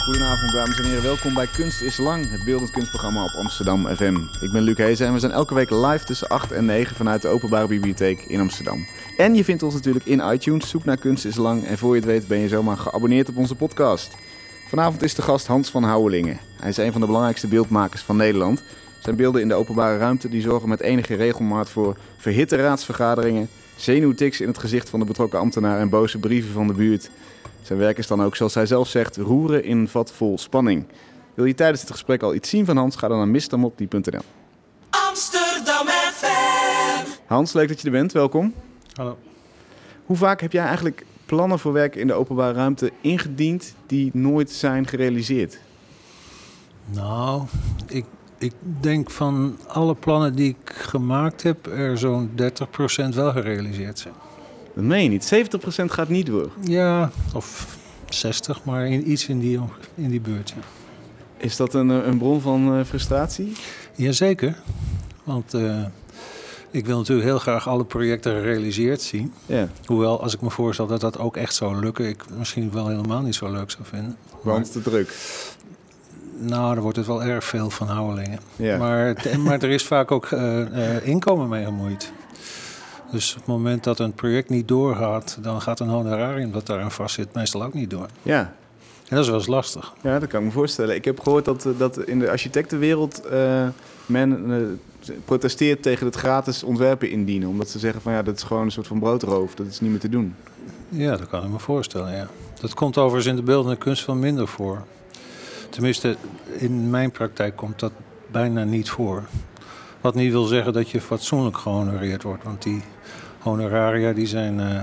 Goedenavond dames en heren, welkom bij Kunst is Lang, het beeldend kunstprogramma op Amsterdam FM. Ik ben Luc Hezen en we zijn elke week live tussen 8 en 9 vanuit de Openbare Bibliotheek in Amsterdam. En je vindt ons natuurlijk in iTunes, zoek naar Kunst is Lang en voor je het weet ben je zomaar geabonneerd op onze podcast. Vanavond is de gast Hans van Houwelingen. Hij is een van de belangrijkste beeldmakers van Nederland. Zijn beelden in de openbare ruimte die zorgen met enige regelmaat voor verhitte raadsvergaderingen, zenuwtics in het gezicht van de betrokken ambtenaar en boze brieven van de buurt. Zijn werk is dan ook, zoals hij zelf zegt, roeren in een vat vol spanning. Wil je tijdens dit gesprek al iets zien van Hans? Ga dan naar mrmotley.nl. Amsterdam FM. Hans, leuk dat je er bent. Welkom. Hallo. Hoe vaak heb jij eigenlijk plannen voor werk in de openbare ruimte ingediend die nooit zijn gerealiseerd? Nou, ik denk van alle plannen die ik gemaakt heb, er zo'n 30% wel gerealiseerd zijn. Dat meen je niet. 70% gaat niet door. Ja, of 60, maar iets in die buurt. Ja. Is dat een bron van frustratie? Jazeker, want ik wil natuurlijk heel graag alle projecten gerealiseerd zien. Ja. Hoewel, als ik me voorstel dat dat ook echt zou lukken, ik misschien wel helemaal niet zo leuk zou vinden. Want te druk. Nou, dan wordt het wel erg veel van Houwelingen. Ja. Maar er is vaak ook inkomen mee gemoeid. Dus op het moment dat een project niet doorgaat, dan gaat een honorarium dat daaraan vast zit meestal ook niet door. Ja. En dat is wel eens lastig. Ja, dat kan ik me voorstellen. Ik heb gehoord dat in de architectenwereld men protesteert tegen het gratis ontwerpen indienen. Omdat ze zeggen van ja, dat is gewoon een soort van broodroof. Dat is niet meer te doen. Ja, dat kan ik me voorstellen, ja. Dat komt overigens in de beeldende kunst veel minder voor. Tenminste, in mijn praktijk komt dat bijna niet voor. Wat niet wil zeggen dat je fatsoenlijk gehonoreerd wordt. Want die honoraria die zijn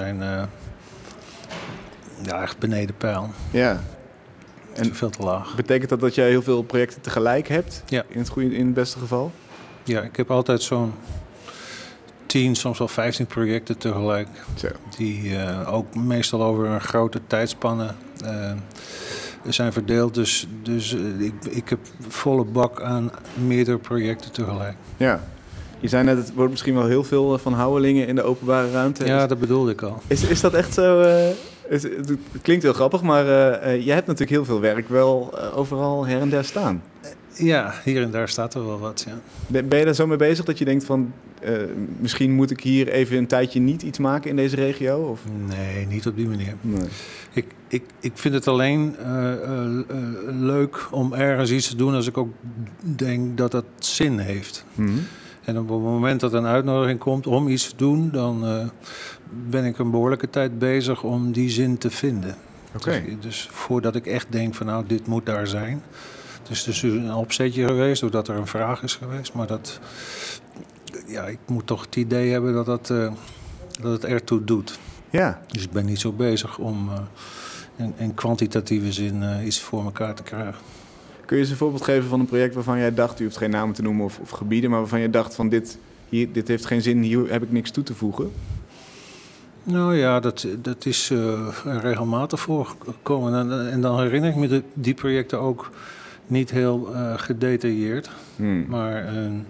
echt beneden peil. Ja. En veel te laag. Betekent dat dat jij heel veel projecten tegelijk hebt? Ja. In het beste geval? Ja, ik heb altijd zo'n 10, soms wel 15 projecten tegelijk. Zo. Die ook meestal over een grote tijdspanne zijn verdeeld. Dus ik heb volle bak aan meerdere projecten tegelijk. Ja. Je zei net, het wordt misschien wel heel veel van Houwelingen in de openbare ruimte. Ja, dat bedoelde ik al. Is dat echt zo? Het klinkt heel grappig, maar jij hebt natuurlijk heel veel werk wel overal her en der staan. Ja, hier en daar staat er wel wat, ja. Ben je daar zo mee bezig dat je denkt van... misschien moet ik hier even een tijdje niet iets maken in deze regio? Of? Nee, niet op die manier. Nee. Ik vind het alleen leuk om ergens iets te doen als ik ook denk dat het zin heeft. Mm-hmm. En op het moment dat een uitnodiging komt om iets te doen, dan ben ik een behoorlijke tijd bezig om die zin te vinden. Okay. Dus voordat ik echt denk van nou, dit moet daar zijn. Dus er is een opzetje geweest, doordat er een vraag is geweest. Maar ik moet toch het idee hebben dat het ertoe doet. Ja. Dus ik ben niet zo bezig om in kwantitatieve zin iets voor elkaar te krijgen. Kun je eens een voorbeeld geven van een project waarvan jij dacht... u hoeft geen namen te noemen of gebieden... maar waarvan je dacht van dit heeft geen zin, hier heb ik niks toe te voegen? Nou ja, dat is regelmatig voorgekomen. En dan herinner ik me die projecten ook niet heel gedetailleerd. Maar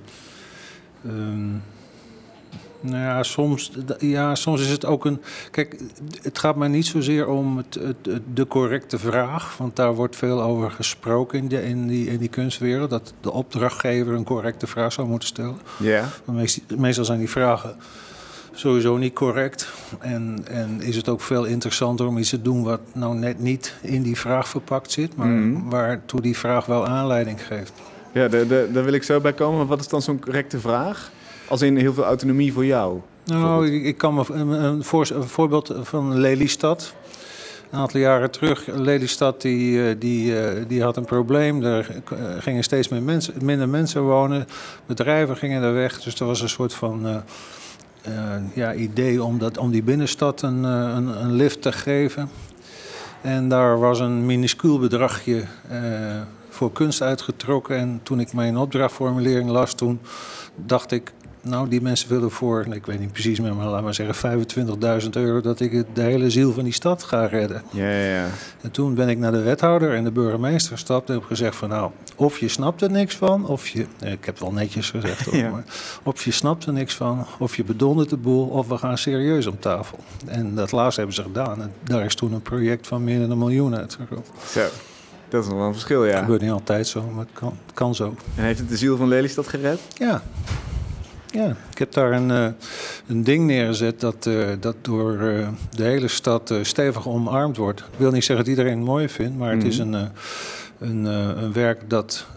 soms is het ook een... Kijk, het gaat mij niet zozeer om de correcte vraag. Want daar wordt veel over gesproken in die kunstwereld. Dat de opdrachtgever een correcte vraag zou moeten stellen. Ja. Meestal zijn die vragen sowieso niet correct. En is het ook veel interessanter om iets te doen wat nou net niet in die vraag verpakt zit. Maar waartoe die vraag wel aanleiding geeft. Ja, daar wil ik zo bij komen. Maar wat is dan zo'n correcte vraag? Als in heel veel autonomie voor jou? Nou, ik kan me een voorbeeld van Lelystad. Een aantal jaren terug, Lelystad die had een probleem. Er gingen steeds minder mensen wonen. Bedrijven gingen er weg. Dus er was een soort van idee om die binnenstad een lift te geven. En daar was een minuscuul bedragje voor kunst uitgetrokken. En toen ik mijn opdrachtformulering las, toen dacht ik... Nou, die mensen willen voor, ik weet niet precies meer, maar laat maar zeggen €25.000... dat ik de hele ziel van die stad ga redden. Ja. En toen ben ik naar de wethouder en de burgemeester gestapt en heb gezegd van nou, of je snapt er niks van, of je... Ik heb het wel netjes gezegd hoor, maar of je snapt er niks van, of je bedondert de boel, of we gaan serieus om tafel. En dat laatste hebben ze gedaan. En daar is toen een project van meer dan 1 miljoen uitgekomen. Zo. Dat is nog wel een verschil, ja. Dat gebeurt niet altijd zo, maar het kan zo. En heeft het de ziel van Lelystad gered? Ja. Ja, ik heb daar een ding neergezet dat door de hele stad stevig omarmd wordt. Ik wil niet zeggen dat iedereen het mooi vindt, maar het is een werk dat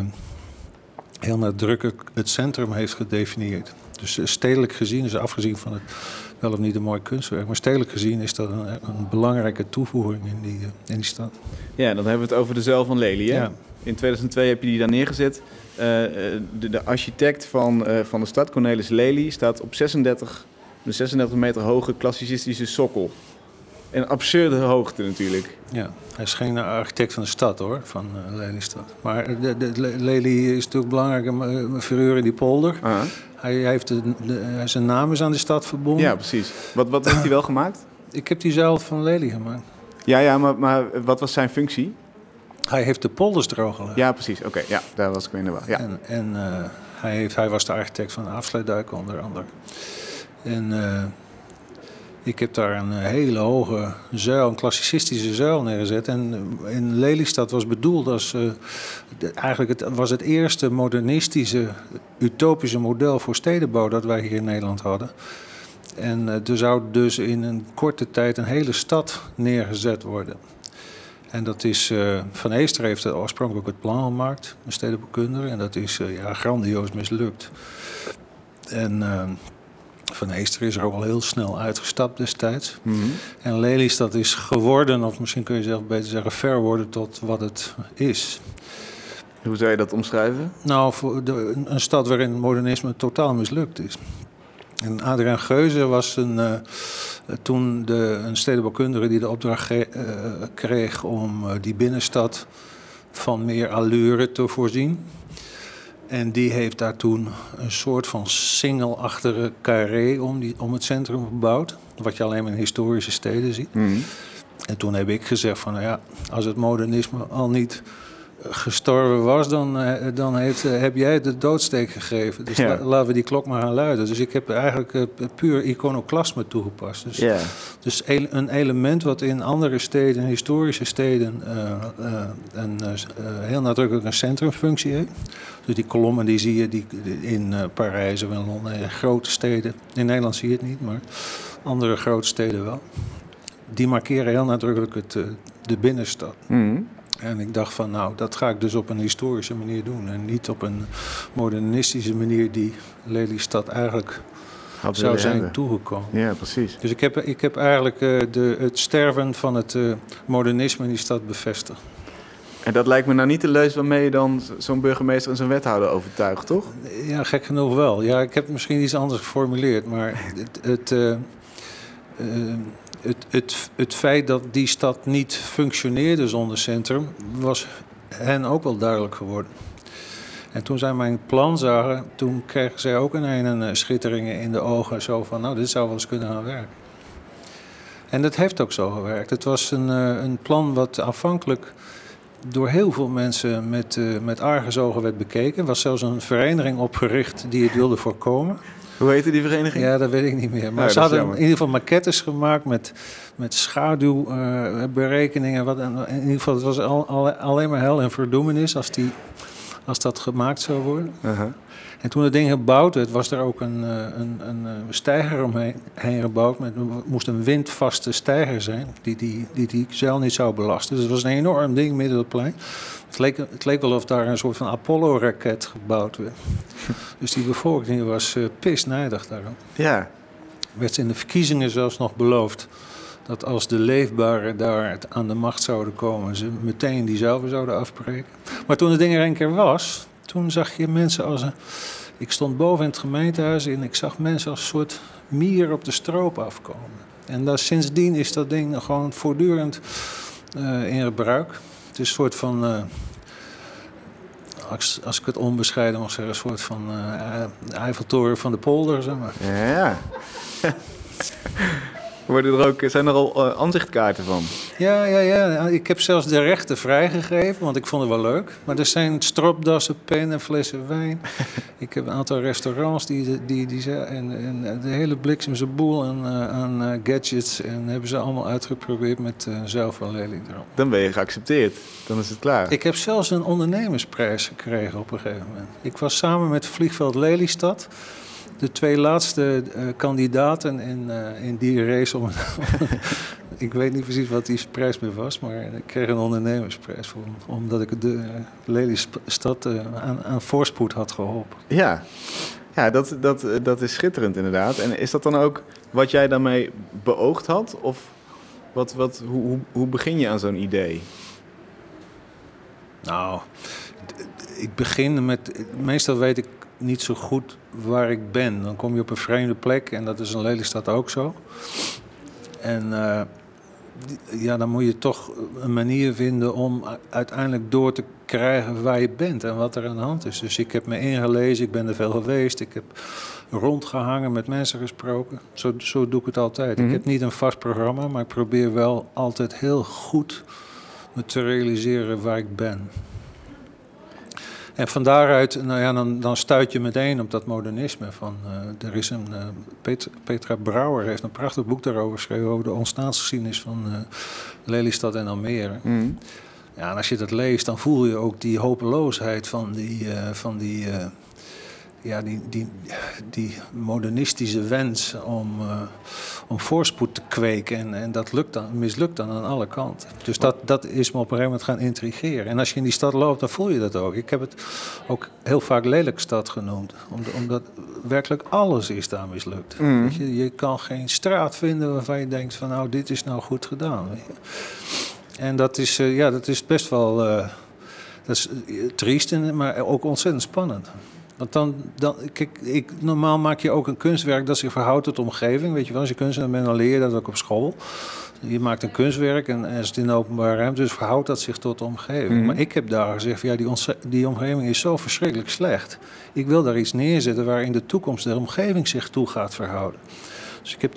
heel nadrukkelijk het centrum heeft gedefinieerd. Dus stedelijk gezien, dus afgezien van het wel of niet een mooi kunstwerk, maar stedelijk gezien is dat een belangrijke toevoeging in die stad. Ja, dan hebben we het over de zuil van Lely, hè? Ja. In 2002 heb je die daar neergezet. De architect van de stad, Cornelis Lely, staat op 36 meter hoge klassicistische sokkel. Een absurde hoogte natuurlijk. Ja, hij is geen architect van de stad hoor, van Lelystad. Maar Lely is natuurlijk een belangrijke figuur in die polder. Ah. Hij heeft zijn naam is aan de stad verbonden. Ja, precies. Wat heeft hij wel gemaakt? Ik heb die zuil van Lely gemaakt. Ja, maar wat was zijn functie? Hij heeft de polders droog gelegd. Ja, precies. Oké, ja, daar was ik mee in de war. Ja. En hij was de architect van de afsluitduik onder andere. En ik heb daar een hele hoge zuil, een klassicistische zuil neergezet. En in Lelystad was bedoeld als... eigenlijk was het eerste modernistische, utopische model voor stedenbouw dat wij hier in Nederland hadden. En er zou dus in een korte tijd een hele stad neergezet worden. En dat is, Van Eester heeft oorspronkelijk het plan gemaakt, een stedenbouwkundige. En dat is grandioos mislukt. En Van Eester is er ook al heel snel uitgestapt destijds. Mm-hmm. En Lelystad is geworden, of misschien kun je zelf beter zeggen, verworden tot wat het is. Hoe zou je dat omschrijven? Nou, voor een stad waarin modernisme totaal mislukt is. En Adriaan Geuze was toen een stedenbouwkundige die de opdracht kreeg om die binnenstad van meer allure te voorzien. En die heeft daar toen een soort van singelachtige carré om het centrum gebouwd. Wat je alleen maar in historische steden ziet. Mm. En toen heb ik gezegd van, nou ja, als het modernisme al niet gestorven was, dan heb jij de doodsteek gegeven. Dus Ja. laten we die klok maar gaan luiden. Dus ik heb eigenlijk puur iconoclasme toegepast. Dus, Ja. dus een element wat in andere steden, historische steden, heel nadrukkelijk een centrumfunctie heeft. Dus die kolommen die zie je in Parijs en Londen, in grote steden. In Nederland zie je het niet, maar andere grote steden wel. Die markeren heel nadrukkelijk de binnenstad. Mm. En ik dacht van, nou, dat ga ik dus op een historische manier doen. En niet op een modernistische manier die Lelystad eigenlijk Had zou willen zijn hebben. toegekomen. Ja, precies. Dus ik heb eigenlijk het sterven van het modernisme in die stad bevestigd. En dat lijkt me nou niet de leus waarmee je dan zo'n burgemeester en zo'n wethouder overtuigt, toch? Ja, gek genoeg wel. Ja, ik heb het misschien iets anders geformuleerd, maar het feit dat die stad niet functioneerde zonder centrum, was hen ook wel duidelijk geworden. En toen zij mijn plan zagen, toen kregen zij ook een schitteringen in de ogen. Zo van, nou, dit zou wel eens kunnen gaan werken. En dat heeft ook zo gewerkt. Het was een plan wat afhankelijk door heel veel mensen met argusogen werd bekeken. Er was zelfs een vereniging opgericht die het wilde voorkomen. Hoe heette die vereniging? Ja, dat weet ik niet meer. Maar dat ze is hadden jammer. in ieder geval maquettes gemaakt met schaduwberekeningen. In ieder geval, het was alleen maar hel en verdoemenis als dat gemaakt zou worden. Uh-huh. En toen het ding gebouwd werd, was er ook een steiger omheen gebouwd. Er moest een windvaste steiger zijn, die zeil niet zou belasten. Dus het was een enorm ding midden op het plein. Het leek wel of daar een soort van Apollo-raket gebouwd werd. Dus die bevolking was pisnijdig daarom. Ja. Werd in de verkiezingen zelfs nog beloofd dat als de leefbaren daar aan de macht zouden komen, ze meteen die zelf zouden afbreken. Maar toen het ding er een keer was, toen zag je mensen als ik stond boven in het gemeentehuis en ik zag mensen als een soort mier op de stroop afkomen. En sindsdien is dat ding gewoon voortdurend in gebruik. Het is een soort van, als ik het onbescheiden mag zeggen, een soort van Eiffeltoren van de polder, zeg maar. Ja. Zijn er al aanzichtkaarten van? Ja. Ik heb zelfs de rechten vrijgegeven, want ik vond het wel leuk. Maar er zijn stropdassen, pennen, flessen wijn. Ik heb een aantal restaurants en de hele bliksemse boel aan gadgets. En hebben ze allemaal uitgeprobeerd met zuil van Lely erop. Dan ben je geaccepteerd. Dan is het klaar. Ik heb zelfs een ondernemersprijs gekregen op een gegeven moment. Ik was samen met Vliegveld Lelystad de 2 laatste kandidaten in die race. Ik weet niet precies wat die prijs meer was, maar ik kreeg een ondernemersprijs voor, omdat ik de Lelystad aan voorspoed had geholpen. Ja, dat is schitterend inderdaad. En is dat dan ook wat jij daarmee beoogd had? Of hoe begin je aan zo'n idee? Nou, ik begin met... Meestal weet ik niet zo goed waar ik ben. Dan kom je op een vreemde plek en dat is in Lelystad ook zo. En dan moet je toch een manier vinden om uiteindelijk door te krijgen waar je bent en wat er aan de hand is. Dus ik heb me ingelezen, ik ben er veel geweest, ik heb rondgehangen, met mensen gesproken. Zo doe ik het altijd. Ik heb niet een vast programma, maar ik probeer wel altijd heel goed me te realiseren waar ik ben. En van daaruit, dan stuit je meteen op dat modernisme. Er is Petra Brouwer heeft een prachtig boek daarover geschreven, over de ontstaansgeschiedenis van Lelystad en Almere. Mm. Ja, en als je dat leest, dan voel je ook die hopeloosheid van die modernistische wens om voorspoed te kweken. En dat mislukt dan aan alle kanten. Dus dat is me op een gegeven moment gaan intrigeren. En als je in die stad loopt, dan voel je dat ook. Ik heb het ook heel vaak Lelystad genoemd. Omdat werkelijk alles is daar mislukt. Mm. Weet je kan geen straat vinden waarvan je denkt van nou, dit is nou goed gedaan. Weet je. En dat is best wel dat is triest, maar ook ontzettend spannend. Want normaal maak je ook een kunstwerk dat zich verhoudt tot de omgeving. Weet je wel, als je kunstenaar bent, dan leer je dat ook op school. Je maakt een kunstwerk en als het in de openbare ruimte, dus verhoudt dat zich tot de omgeving. Mm. Maar ik heb daar gezegd, van, die omgeving is zo verschrikkelijk slecht. Ik wil daar iets neerzetten waar in de toekomst de omgeving zich toe gaat verhouden. Dus ik heb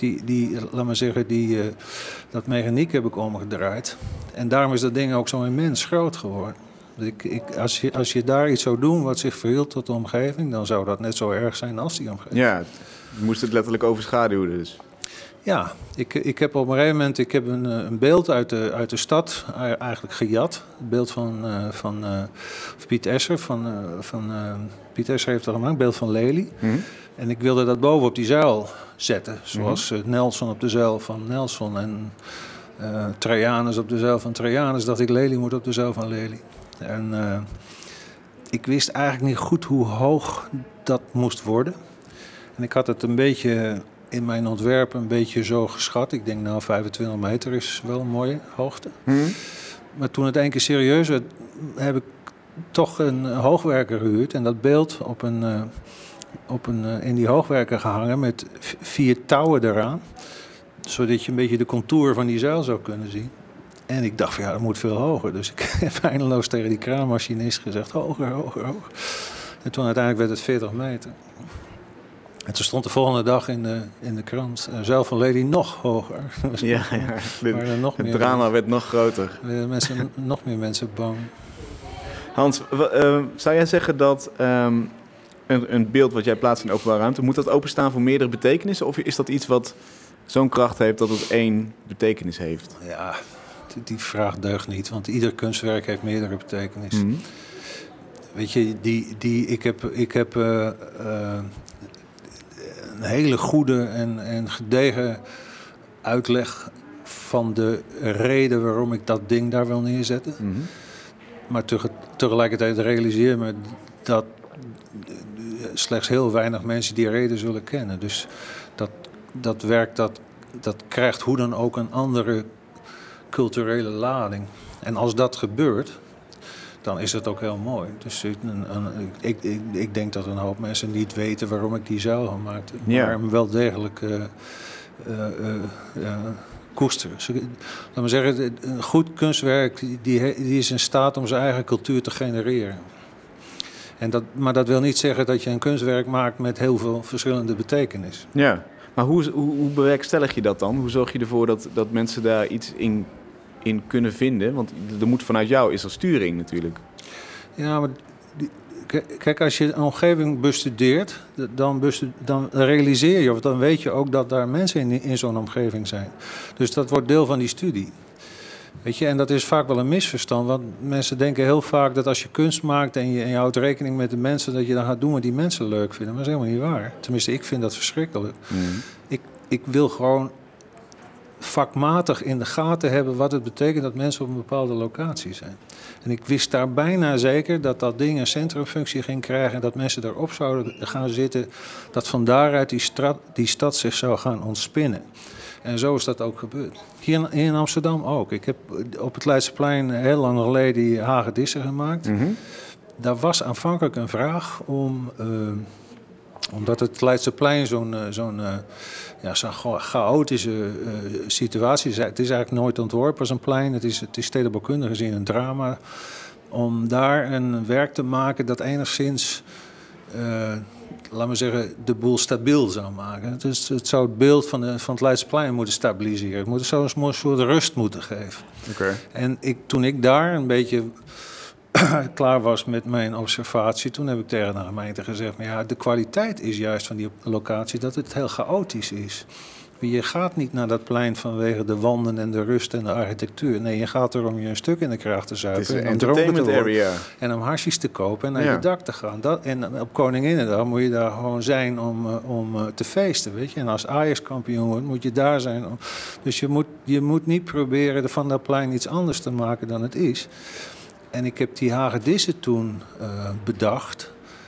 dat mechaniek heb ik omgedraaid. En daarom is dat ding ook zo immens groot geworden. Als je daar iets zou doen wat zich verhield tot de omgeving, dan zou dat net zo erg zijn als die omgeving. Ja, je moest het letterlijk overschaduwen dus. Ja, ik heb op een gegeven moment een beeld uit de stad eigenlijk gejat. Het beeld van Piet Esser. Piet Esser heeft dat gemaakt, een beeld van Lely. Mm-hmm. En ik wilde dat boven op die zuil zetten. Zoals Nelson op de zuil van Nelson en Trajanus op de zuil van Trajanus. Dacht ik, Lely moet op de zuil van Lely. En ik wist eigenlijk niet goed hoe hoog dat moest worden. En ik had het een beetje in mijn ontwerp een beetje zo geschat. Ik denk 25 meter is wel een mooie hoogte. Mm-hmm. Maar toen het 1 keer serieus werd, heb ik toch een hoogwerker gehuurd. En dat beeld in die hoogwerker gehangen met 4 touwen eraan. Zodat je een beetje de contour van die zuil zou kunnen zien. En ik dacht van dat moet veel hoger. Dus ik heb eindeloos tegen die kraanmachinist gezegd, hoger. En toen uiteindelijk werd het 40 meter. En toen stond de volgende dag in de krant, zuil van Lely nog hoger. Het drama werd nog groter. Nog meer mensen bang. Hans, zou jij zeggen dat een beeld wat jij plaatst in de openbare ruimte, moet dat openstaan voor meerdere betekenissen? Of is dat iets wat zo'n kracht heeft dat het 1 betekenis heeft? Ja, die vraag deugt niet, want ieder kunstwerk heeft meerdere betekenissen. Mm-hmm. Weet je, ik heb een hele goede en gedegen uitleg van de reden waarom ik dat ding daar wil neerzetten. Mm-hmm. Maar tegelijkertijd realiseer me dat slechts heel weinig mensen die reden zullen kennen. Dus dat werk dat krijgt hoe dan ook een andere culturele lading. En als dat gebeurt, dan is het ook heel mooi. Dus ik denk dat een hoop mensen niet weten waarom ik die zuil gemaakt heb. Maar hem wel degelijk koesteren. Laat me zeggen, een goed kunstwerk die is in staat om zijn eigen cultuur te genereren. Maar dat wil niet zeggen dat je een kunstwerk maakt met heel veel verschillende betekenissen. Ja, Maar hoe bewerkstellig je dat dan? Hoe zorg je ervoor dat mensen daar iets in kunnen vinden? Want er moet vanuit jou is er sturing natuurlijk. Ja, maar kijk, als je een omgeving bestudeert, dan realiseer je, of dan weet je ook dat daar mensen in zo'n omgeving zijn. Dus dat wordt deel van die studie. Weet je, en dat is vaak wel een misverstand, want mensen denken heel vaak dat als je kunst maakt en je houdt rekening met de mensen, dat je dan gaat doen wat die mensen leuk vinden. Maar dat is helemaal niet waar. Tenminste, ik vind dat verschrikkelijk. Ik wil gewoon vakmatig in de gaten hebben wat het betekent dat mensen op een bepaalde locatie zijn. En ik wist daar bijna zeker dat ding een centrumfunctie ging krijgen en dat mensen erop zouden gaan zitten, dat van daaruit die stad zich zou gaan ontspinnen. En zo is dat ook gebeurd. Hier in Amsterdam ook. Ik heb op het Leidseplein heel lang geleden die hagedissen gemaakt. Daar was aanvankelijk een vraag omdat het Leidseplein zo'n chaotische situatie is. Het is eigenlijk nooit ontworpen als een plein. Het is stedenbouwkundig gezien een drama. Om daar een werk te maken dat enigszins, laten we zeggen, de boel stabiel zou maken. Dus het zou het beeld van het Leidseplein moeten stabiliseren. Het moet zo'n soort rust moeten geven. Okay. En toen ik daar een beetje klaar was met mijn observatie, toen heb ik tegen de gemeente gezegd, maar ja, de kwaliteit is juist van die locatie dat het heel chaotisch is. Je gaat niet naar dat plein vanwege de wanden en de rust en de architectuur. Nee, je gaat er om je een stuk in de kraag te zuipen. Het is een entertainment area. En om hasjes te kopen en naar je dak te gaan. En op Koninginnedag moet je daar gewoon zijn om te feesten, weet je. En als Ajax kampioen wordt, moet je daar zijn. Dus je moet niet proberen van dat plein iets anders te maken dan het is. En ik heb die hagedissen toen bedacht,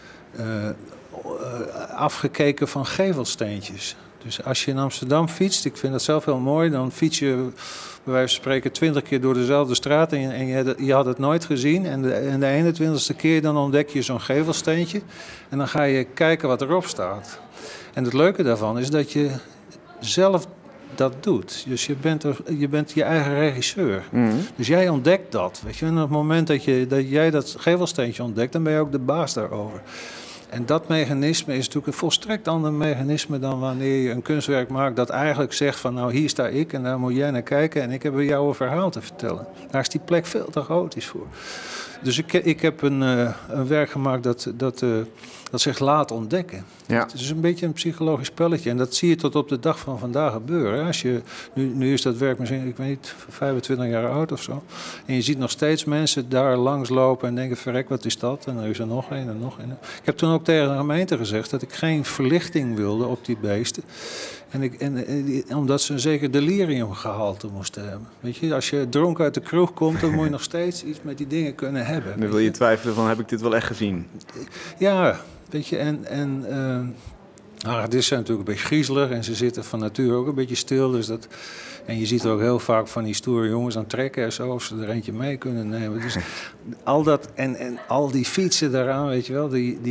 afgekeken van gevelsteentjes. Dus als je in Amsterdam fietst, ik vind dat zelf heel mooi, dan fiets je bij wijze van spreken 20 keer door dezelfde straat en je had het nooit gezien. En de 21ste keer dan ontdek je zo'n gevelsteentje en dan ga je kijken wat erop staat. En het leuke daarvan is dat je zelf dat doet. Dus je bent je eigen regisseur. Dus jij ontdekt dat. Weet je? En op het moment dat jij dat gevelsteentje ontdekt, dan ben je ook de baas daarover. En dat mechanisme is natuurlijk een volstrekt ander mechanisme dan wanneer je een kunstwerk maakt dat eigenlijk zegt van nou hier sta ik en daar moet jij naar kijken en ik heb jou een verhaal te vertellen. Daar is die plek veel te chaotisch voor. Dus ik heb een werk gemaakt dat zich laat ontdekken. Ja. Het is een beetje een psychologisch spelletje. En dat zie je tot op de dag van vandaag gebeuren. Als je, nu is dat werk misschien, ik weet niet, 25 jaar oud of zo. En je ziet nog steeds mensen daar langs lopen en denken, verrek, wat is dat? En er is er nog een en nog een. Ik heb toen ook tegen de gemeente gezegd dat ik geen verlichting wilde op die beesten. Omdat ze een zeker deliriumgehalte moesten hebben. Weet je, als je dronken uit de kroeg komt, dan moet je nog steeds iets met die dingen kunnen hebben. Dan wil je twijfelen van, heb ik dit wel echt gezien? Ja, weet je, dit zijn natuurlijk een beetje griezelig en ze zitten van nature ook een beetje stil. Dus en je ziet er ook heel vaak van die stoere jongens aan trekken en zo, of ze er eentje mee kunnen nemen. Dus al dat en al die fietsen daaraan, weet je wel,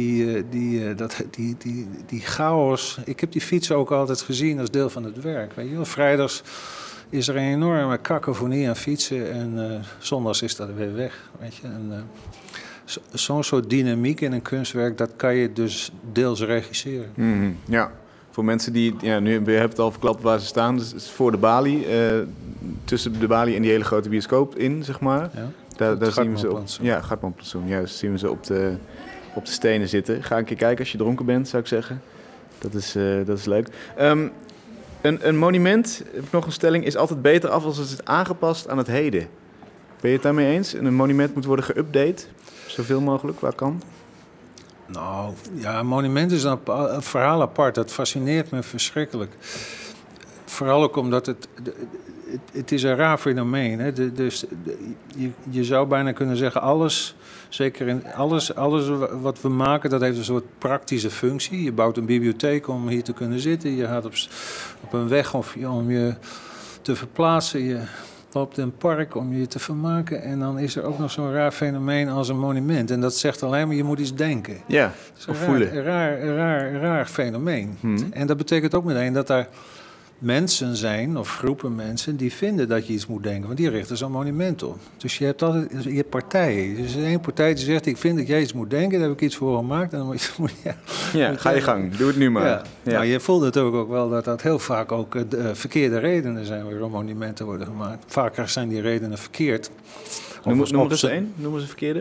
die chaos. Ik heb die fietsen ook altijd gezien als deel van het werk. Weet je wel, vrijdags is er een enorme kakofonie aan fietsen en zondags is dat weer weg, weet je. Zo'n soort dynamiek in een kunstwerk, dat kan je dus deels regisseren. Ja, voor mensen die, nu hebben we het al verklapt waar ze staan. Dus het is voor de balie, tussen de balie en die hele grote bioscoop in, zeg maar. Ja, daar zien we ze op. Ja, Gartmanplantsoen. Ja, dus zien we ze op de stenen zitten. Ga een keer kijken als je dronken bent, zou ik zeggen. Dat is leuk. Een monument, heb ik nog een stelling, is altijd beter af als het is aangepast aan het heden. Ben je het daarmee eens? En een monument moet worden geüpdate? Zoveel mogelijk, waar kan? Nou, ja, een monument is een verhaal apart. Dat fascineert me verschrikkelijk. Vooral ook omdat het is een raar fenomeen. Hè? Je zou bijna kunnen zeggen, alles, zeker in alles wat we maken, dat heeft een soort praktische functie. Je bouwt een bibliotheek om hier te kunnen zitten. Je gaat op een weg om je te verplaatsen. Je loopt in een park om je te vermaken. En dan is er ook nog zo'n raar fenomeen als een monument. En dat zegt alleen maar, je moet iets denken. Ja, of voelen. Een raar fenomeen. En dat betekent ook meteen dat daar mensen zijn, of groepen mensen, die vinden dat je iets moet denken. Want die richten zo'n monument op. Dus je hebt partijen. Dus er is één partij die zegt, ik vind dat jij iets moet denken, daar heb ik iets voor gemaakt. En dan moet je Ga je gang, doe het nu maar. Ja. Nou, je voelt natuurlijk ook wel dat heel vaak ook verkeerde redenen zijn waarom monumenten worden gemaakt. Vaker zijn die redenen verkeerd. Noem er eens één, noem eens een verkeerde.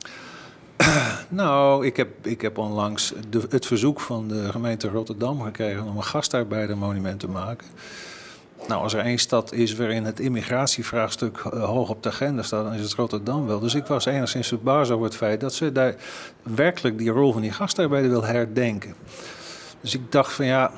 Nou, ik heb onlangs het verzoek van de gemeente Rotterdam gekregen om een gastarbeidermonument te maken. Nou, als er één stad is waarin het immigratievraagstuk hoog op de agenda staat, dan is het Rotterdam wel. Dus ik was enigszins verbaasd over het feit dat ze daar werkelijk die rol van die gastarbeider wil herdenken. Dus ik dacht van ja,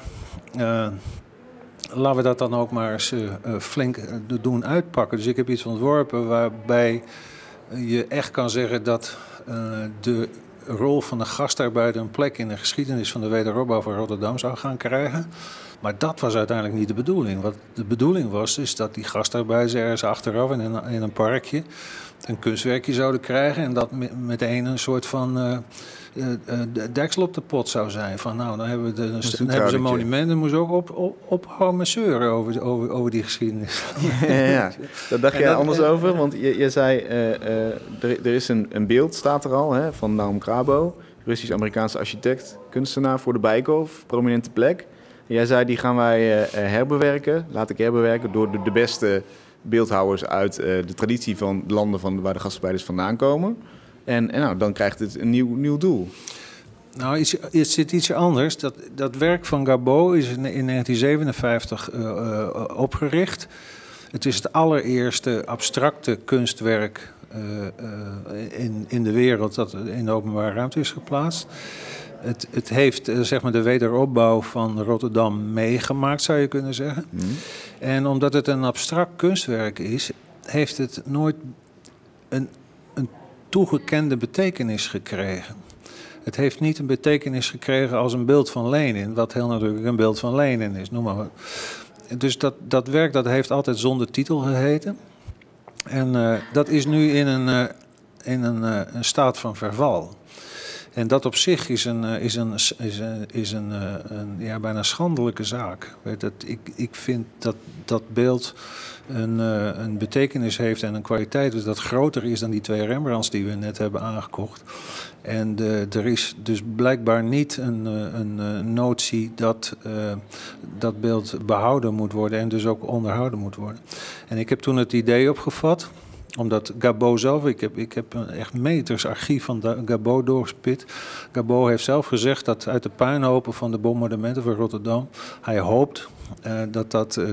laten we dat dan ook maar eens flink doen uitpakken. Dus ik heb iets ontworpen waarbij je echt kan zeggen dat de rol van de gastarbeider een plek in de geschiedenis van de wederopbouw van Rotterdam zou gaan krijgen. Maar dat was uiteindelijk niet de bedoeling. Wat de bedoeling was, is dat die gastarbeiders ergens achteraf in een parkje een kunstwerkje zouden krijgen en dat meteen een soort van deksel op de pot zou zijn. Van nou, dan hebben ze een monument en moesten ook ophouden met zeuren over die geschiedenis. Ja. Daar dacht jij anders over, want je zei, er is een beeld, staat er al, hè, van Naum Grabo, Russisch-Amerikaanse architect, kunstenaar voor de Bijkhof, prominente plek. Jij zei, die gaan wij laat ik herbewerken door de beste beeldhouwers uit de traditie van de landen waar de gastarbeiders vandaan komen. En nou, dan krijgt het een nieuw doel. Nou, het zit iets anders. Dat werk van Gabo is in 1957 opgericht. Het is het allereerste abstracte kunstwerk in de wereld dat in de openbare ruimte is geplaatst. Het heeft zeg maar de wederopbouw van Rotterdam meegemaakt, zou je kunnen zeggen. En omdat het een abstract kunstwerk is, heeft het nooit een toegekende betekenis gekregen. Het heeft niet een betekenis gekregen als een beeld van Lenin, wat heel natuurlijk een beeld van Lenin is, noem maar wat. Dus dat werk dat heeft altijd zonder titel geheten. En dat is nu in een staat van verval. En dat op zich is een bijna schandelijke zaak. Ik vind dat beeld een betekenis heeft en een kwaliteit dus dat groter is dan die 2 Rembrandts die we net hebben aangekocht. En er is dus blijkbaar niet een notie dat beeld behouden moet worden en dus ook onderhouden moet worden. En ik heb toen het idee opgevat, omdat Gabo zelf, ik heb een echt meters archief van Gabo doorgespit. Gabo heeft zelf gezegd dat uit de puinhopen van de bombardementen van Rotterdam, hij hoopt dat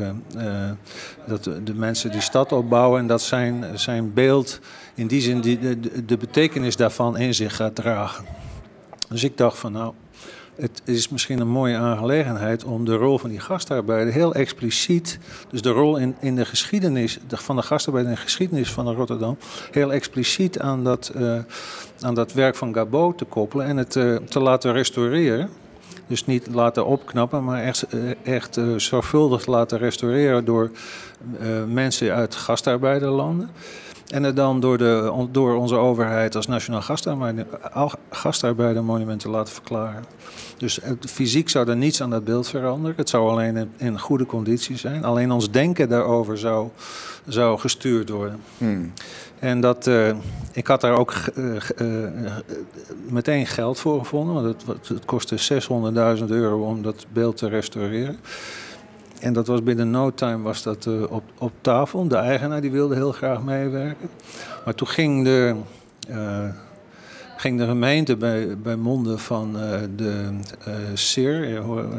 de mensen die stad opbouwen en dat zijn beeld in die zin de betekenis daarvan in zich gaat dragen. Dus ik dacht van nou, het is misschien een mooie aangelegenheid om de rol van die gastarbeider heel expliciet, dus de rol in de geschiedenis van de gastarbeider in de geschiedenis van Rotterdam, heel expliciet aan dat werk van Gabo te koppelen en het te laten restaureren. Dus niet laten opknappen, maar echt zorgvuldig laten restaureren door mensen uit gastarbeiderlanden. En het dan door onze overheid als Nationaal Gastarbeidermonument te laten verklaren. Dus fysiek zou er niets aan dat beeld veranderen. Het zou alleen in goede conditie zijn. Alleen ons denken daarover zou gestuurd worden. En ik had daar ook meteen geld voor gevonden. Want het kostte €600.000 om dat beeld te restaureren. En dat was binnen no time was dat op tafel. De eigenaar die wilde heel graag meewerken. Maar toen ging de gemeente bij monden van de SIR,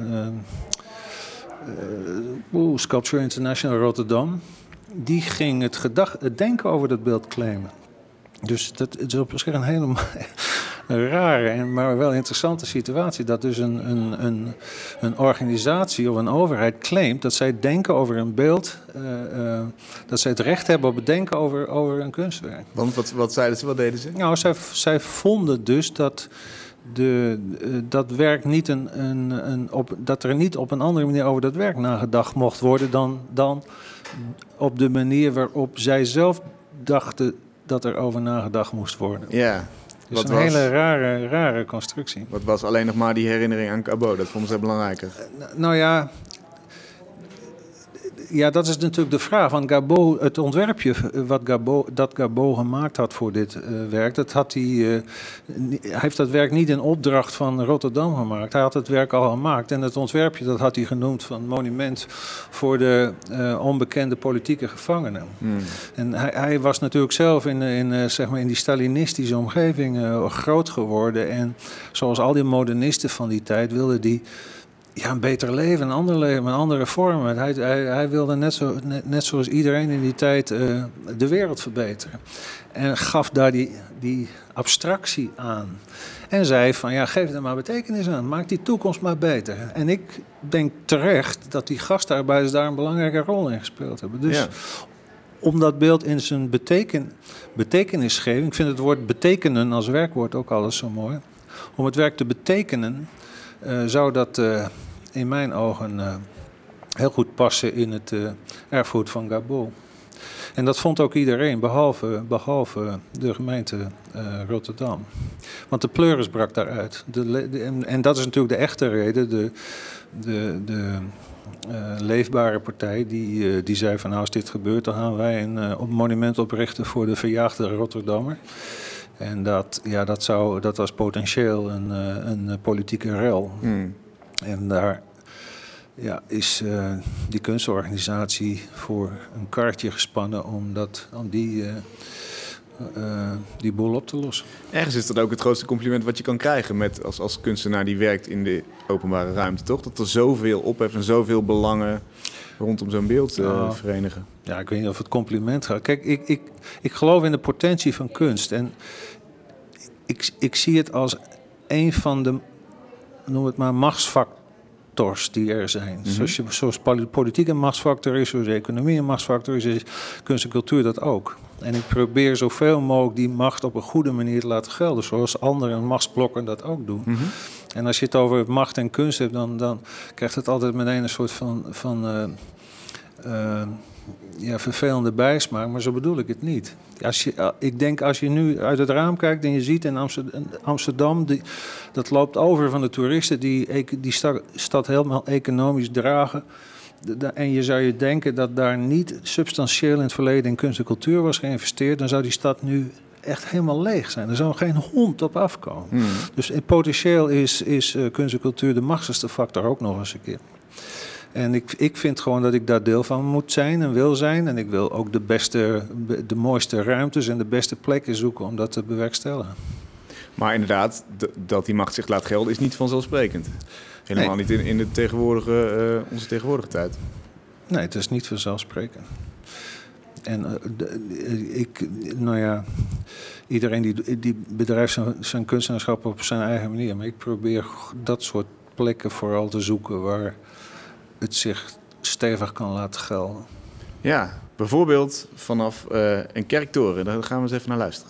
Sculpture International Rotterdam, die ging het denken over dat beeld claimen. Dus dat is op zich een hele rare, maar wel interessante situatie. Dat dus een organisatie of een overheid claimt dat zij denken over een beeld, dat zij het recht hebben op het denken over een kunstwerk. Want wat zeiden ze, wat deden ze? Nou, zij vonden dus dat dat werk niet dat er niet op een andere manier over dat werk nagedacht mocht worden dan op de manier waarop zij zelf dachten dat er over nagedacht moest worden. Ja. Dus een hele rare constructie. Wat was alleen nog maar die herinnering aan Gabo? Dat vonden ze belangrijker. Nou ja, Ja, dat is natuurlijk de vraag. Want Gabo, het ontwerpje dat Gabo gemaakt had voor dit werk, hij heeft dat werk niet in opdracht van Rotterdam gemaakt. Hij had het werk al gemaakt. En het ontwerpje, dat had hij genoemd van monument voor de onbekende politieke gevangenen. En hij was natuurlijk zelf in die Stalinistische omgeving groot geworden. En zoals al die modernisten van die tijd wilde die een beter leven, een ander leven, een andere vormen. Hij wilde net zoals iedereen in die tijd de wereld verbeteren. En gaf daar die abstractie aan. En zei van, geef er maar betekenis aan. Maak die toekomst maar beter. En ik denk terecht dat die gastarbeiders daar een belangrijke rol in gespeeld hebben. Dus om dat beeld in zijn betekenisgeving... Ik vind het woord betekenen als werkwoord ook alles zo mooi. Om het werk te betekenen zou dat in mijn ogen heel goed passen in het erfgoed van Gabo. En dat vond ook iedereen, behalve de gemeente Rotterdam. Want de pleuris brak daaruit. En dat is natuurlijk de echte reden. De Leefbare Partij die zei van als dit gebeurt, dan gaan wij een monument oprichten voor de verjaagde Rotterdammer. En dat was potentieel een politieke rel. En daar is die kunstorganisatie voor een kaartje gespannen om die boel op te lossen. Ergens is dat ook het grootste compliment wat je kan krijgen als kunstenaar die werkt in de openbare ruimte, toch? Dat er zoveel ophef en zoveel belangen rondom zo'n beeld verenigen. Ja, ik weet niet of het compliment gaat. Kijk, ik geloof in de potentie van kunst. En ik zie het als een van de, noem het maar, machtsfactors die er zijn. Zoals politiek een machtsfactor is, zoals economie een machtsfactor is kunst en cultuur dat ook. En ik probeer zoveel mogelijk die macht op een goede manier te laten gelden, zoals andere machtsblokken dat ook doen. En als je het over macht en kunst hebt, dan krijgt het altijd meteen een soort van vervelende bijsmaak, maar zo bedoel ik het niet. Ik denk als je nu uit het raam kijkt en je ziet in Amsterdam, dat loopt over van de toeristen die stad helemaal economisch dragen. En je zou je denken dat daar niet substantieel in het verleden in kunst en cultuur was geïnvesteerd, dan zou die stad nu echt helemaal leeg zijn. Er zou geen hond op afkomen. Dus potentieel is kunst en cultuur de machtigste factor ook nog eens een keer. En ik vind gewoon dat ik daar deel van moet zijn en wil zijn. En ik wil ook de mooiste ruimtes en de beste plekken zoeken om dat te bewerkstelligen. Maar inderdaad, dat die macht zich laat gelden is niet vanzelfsprekend. Helemaal niet in de onze tegenwoordige tijd. Nee, het is niet vanzelfsprekend. En iedereen die bedrijft zijn kunstenaarschap op zijn eigen manier. Maar ik probeer dat soort plekken vooral te zoeken waar het zich stevig kan laten gelden. Ja, bijvoorbeeld vanaf een kerktoren. Daar gaan we eens even naar luisteren.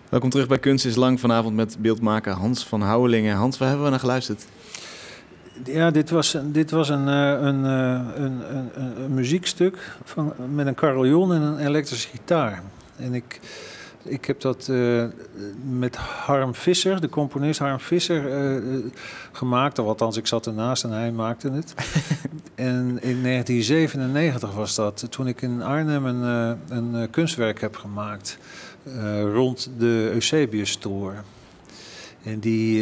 Welkom terug bij Kunst is Lang, vanavond met beeldmaker Hans van Houwelingen. Hans, waar hebben we naar geluisterd? Ja, dit was een muziekstuk met een carillon en een elektrische gitaar. En ik heb dat met Harm Visser, de componist Harm Visser, gemaakt. Of althans, ik zat ernaast en hij maakte het. En in 1997 was dat, toen ik in Arnhem een kunstwerk heb gemaakt rond de Eusebius-toren. En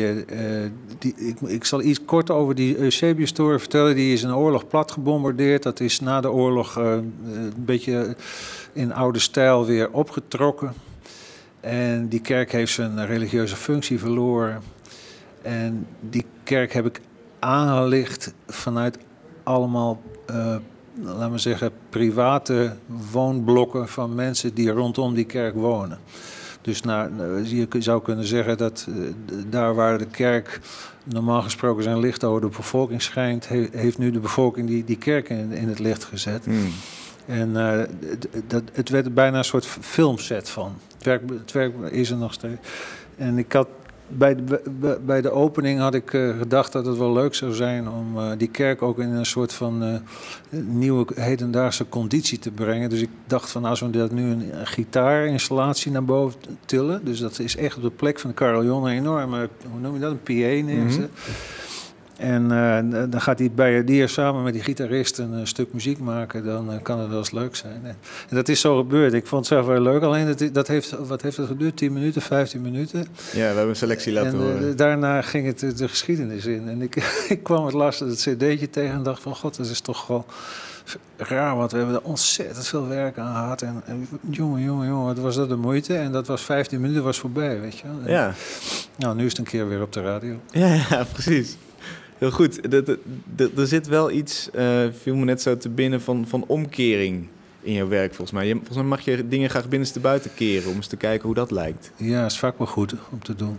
ik zal iets kort over die Eusebius-toren vertellen. Die is in de oorlog plat gebombardeerd. Dat is na de oorlog een beetje in oude stijl weer opgetrokken. En die kerk heeft zijn religieuze functie verloren. En die kerk heb ik aangelicht vanuit allemaal, laten we zeggen, private woonblokken van mensen die rondom die kerk wonen. Dus je zou kunnen zeggen dat daar waar de kerk normaal gesproken zijn licht over de bevolking schijnt, heeft nu de bevolking die kerk in het licht gezet. En het werd bijna een soort filmset van. Het werk is er nog steeds. En ik had bij de opening had ik gedacht dat het wel leuk zou zijn om die kerk ook in een soort van nieuwe hedendaagse conditie te brengen. Dus ik dacht van als we dat nu een gitaarinstallatie naar boven tillen. Dus dat is echt op de plek van de carillon een enorme, hoe noem je dat, een PA neerzetten. En dan gaat hij bij die samen met die gitarist een stuk muziek maken. Dan kan het wel eens leuk zijn. En dat is zo gebeurd. Ik vond het zelf wel leuk. Alleen wat heeft het geduurd? 10 minuten, 15 minuten. Ja, we hebben een selectie laten horen. Daarna ging het de geschiedenis in. En ik kwam het laatste het cd'tje tegen en dacht van god, dat is toch wel raar. Want we hebben er ontzettend veel werk aan gehad. En jongen, wat was dat de moeite? En dat was 15 minuten, was voorbij, weet je wel. En, ja. Nou, nu is het een keer weer op de radio. Ja, precies. Heel goed. Er zit wel iets, viel me net zo te binnen, van omkering in jouw werk volgens mij. Volgens mij mag je dingen graag binnenstebuiten keren om eens te kijken hoe dat lijkt. Ja, is vaak wel goed om te doen.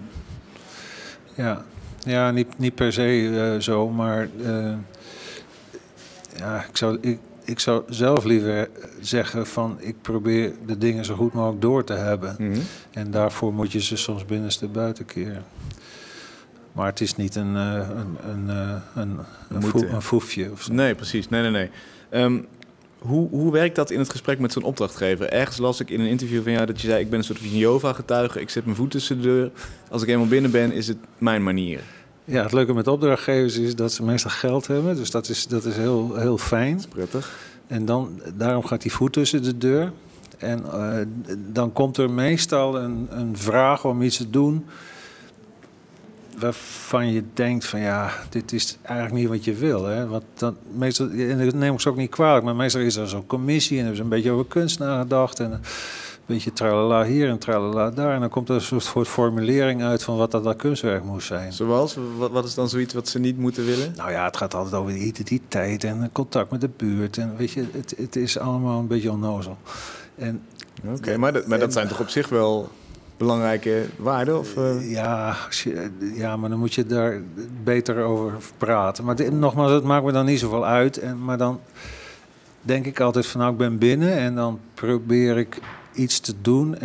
Ja, niet per se zo, maar ik zou zelf liever zeggen van ik probeer de dingen zo goed mogelijk door te hebben. Mm-hmm. En daarvoor moet je ze soms binnenstebuiten keren. Maar het is niet een foefje of zo. Nee, precies. Nee. Hoe werkt dat in het gesprek met zo'n opdrachtgever? Ergens las ik in een interview van jou dat je zei, ik ben een soort van Jehovah-getuige. Ik zet mijn voet tussen de deur. Als ik eenmaal binnen ben, is het mijn manier. Ja, het leuke met opdrachtgevers is dat ze meestal geld hebben. Dus dat is heel, heel fijn. Dat is prettig. En daarom gaat die voet tussen de deur. En dan komt er meestal een vraag om iets te doen waarvan je denkt van ja, dit is eigenlijk niet wat je wil. Hè? Want dan, meestal, en dat neem ik ze ook niet kwalijk, maar meestal is er zo'n commissie en hebben ze een beetje over kunst nagedacht en een beetje tralala hier en tralala daar. En dan komt er een soort formulering uit van wat dat kunstwerk moest zijn. Zoals? Wat is dan zoiets wat ze niet moeten willen? Nou ja, het gaat altijd over de identiteit en contact met de buurt. En weet je, het is allemaal een beetje onnozel. Oké, maar dat zijn toch op zich wel belangrijke waarden? Of, Ja, maar dan moet je daar beter over praten. Maar nogmaals, het maakt me dan niet zoveel uit. Maar dan denk ik altijd van nou, ik ben binnen en dan probeer ik iets te doen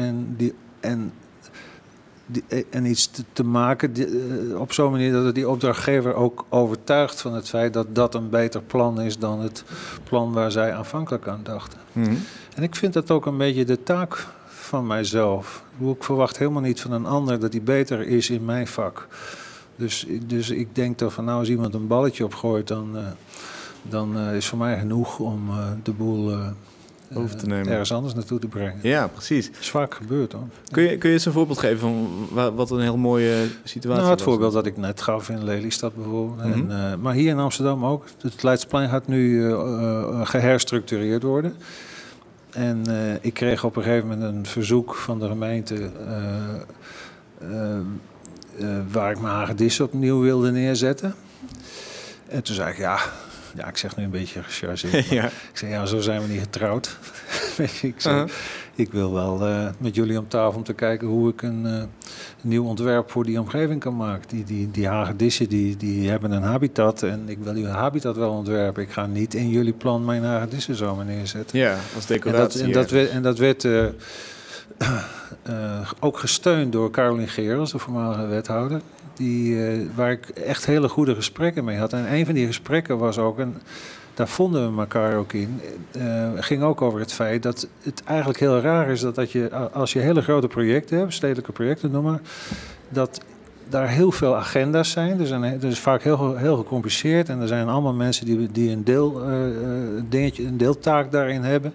en iets te maken op zo'n manier dat het die opdrachtgever ook overtuigt van het feit dat dat een beter plan is dan het plan waar zij aanvankelijk aan dachten. Mm-hmm. En ik vind dat ook een beetje de taak van mijzelf. Ik verwacht helemaal niet van een ander dat hij beter is in mijn vak. Dus ik denk dat van nou, als iemand een balletje opgooit, dan is voor mij genoeg om de boel over te nemen. Ergens anders naartoe te brengen. Ja, precies. Dat is vaak gebeurd hoor. Kun je eens een voorbeeld geven van wat een heel mooie situatie was? Het was? voorbeeld dat ik net gaf in Lelystad bijvoorbeeld. Mm-hmm. Maar hier in Amsterdam ook. Het Leidsplein gaat nu geherstructureerd worden. En ik kreeg op een gegeven moment een verzoek van de gemeente waar ik mijn hagedissen opnieuw wilde neerzetten. En toen zei ik ja, ik zeg nu een beetje gechargeerd. Ja. Ik zei ja, zo zijn we niet getrouwd. Ik zei, ik wil wel met jullie om tafel om te kijken hoe ik een nieuw ontwerp voor die omgeving kan maken. Die hagedissen die hebben een habitat en ik wil jullie habitat wel ontwerpen. Ik ga niet in jullie plan mijn hagedissen zomaar neerzetten. Ja, als decoratie. En dat werd ook gesteund door Carolien Gerels, de voormalige wethouder, waar ik echt hele goede gesprekken mee had. En een van die gesprekken was ook, en daar vonden we elkaar ook in, ging ook over het feit dat het eigenlijk heel raar is dat je, als je hele grote projecten hebt, stedelijke projecten noem maar, dat daar heel veel agenda's zijn. Het is vaak heel gecompliceerd en er zijn allemaal mensen die een deeltaak daarin hebben.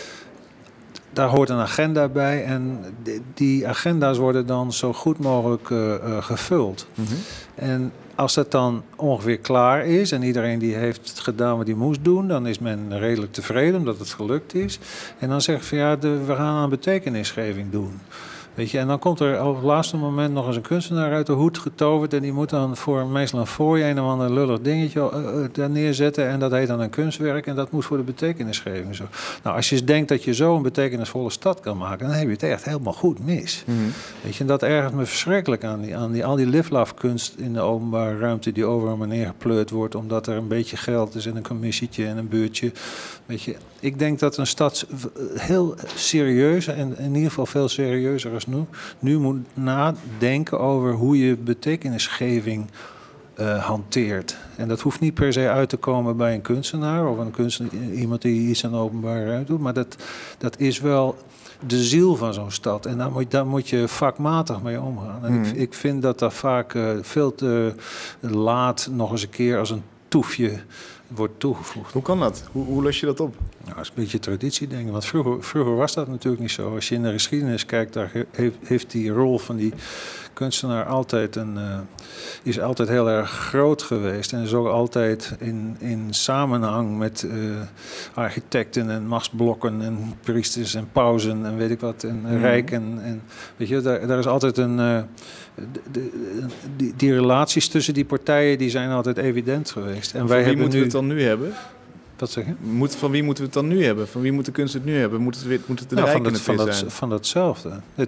Daar hoort een agenda bij en die agenda's worden dan zo goed mogelijk gevuld. Mm-hmm. En als dat dan ongeveer klaar is en iedereen die heeft gedaan wat hij moest doen, dan is men redelijk tevreden omdat het gelukt is. En dan zeg je van we gaan aan betekenisgeving doen. Weet je, en dan komt er op het laatste moment nog eens een kunstenaar uit de hoed getoverd en die moet dan meestal een fooi een of ander lullig dingetje daar neerzetten en dat heet dan een kunstwerk en dat moet voor de betekenisgeving zo. Nou, als je denkt dat je zo een betekenisvolle stad kan maken, dan heb je het echt helemaal goed mis. Mm-hmm. Weet je, en dat ergert me verschrikkelijk aan al die live-love-kunst in de openbare ruimte die overal maar neergepleurd wordt omdat er een beetje geld is en een commissietje en een buurtje. Weet je, ik denk dat een stad heel serieus en in ieder geval veel serieuzer als nu moet nadenken over hoe je betekenisgeving hanteert. En dat hoeft niet per se uit te komen bij een kunstenaar of iemand die iets aan de openbare ruimte doet, maar dat is wel de ziel van zo'n stad. En daar moet je vakmatig mee omgaan. En ik vind dat daar vaak veel te laat nog eens een keer als een toefje wordt toegevoegd. Hoe kan dat? Hoe los je dat op? Nou, dat is een beetje traditiedenken. Want vroeger was dat natuurlijk niet zo. Als je in de geschiedenis kijkt, daar heeft die rol van die kunstenaar is altijd heel erg groot geweest. En is ook altijd in samenhang met architecten en machtsblokken en priesters en pausen en weet ik wat. En rijk en weet je, daar is altijd die relaties tussen die partijen die zijn altijd evident geweest. En wij moeten we het dan nu hebben? Wat zeg je? Van wie moeten we het dan nu hebben? Van wie moet de kunst het nu hebben? Moet het de rijken zijn? Van datzelfde.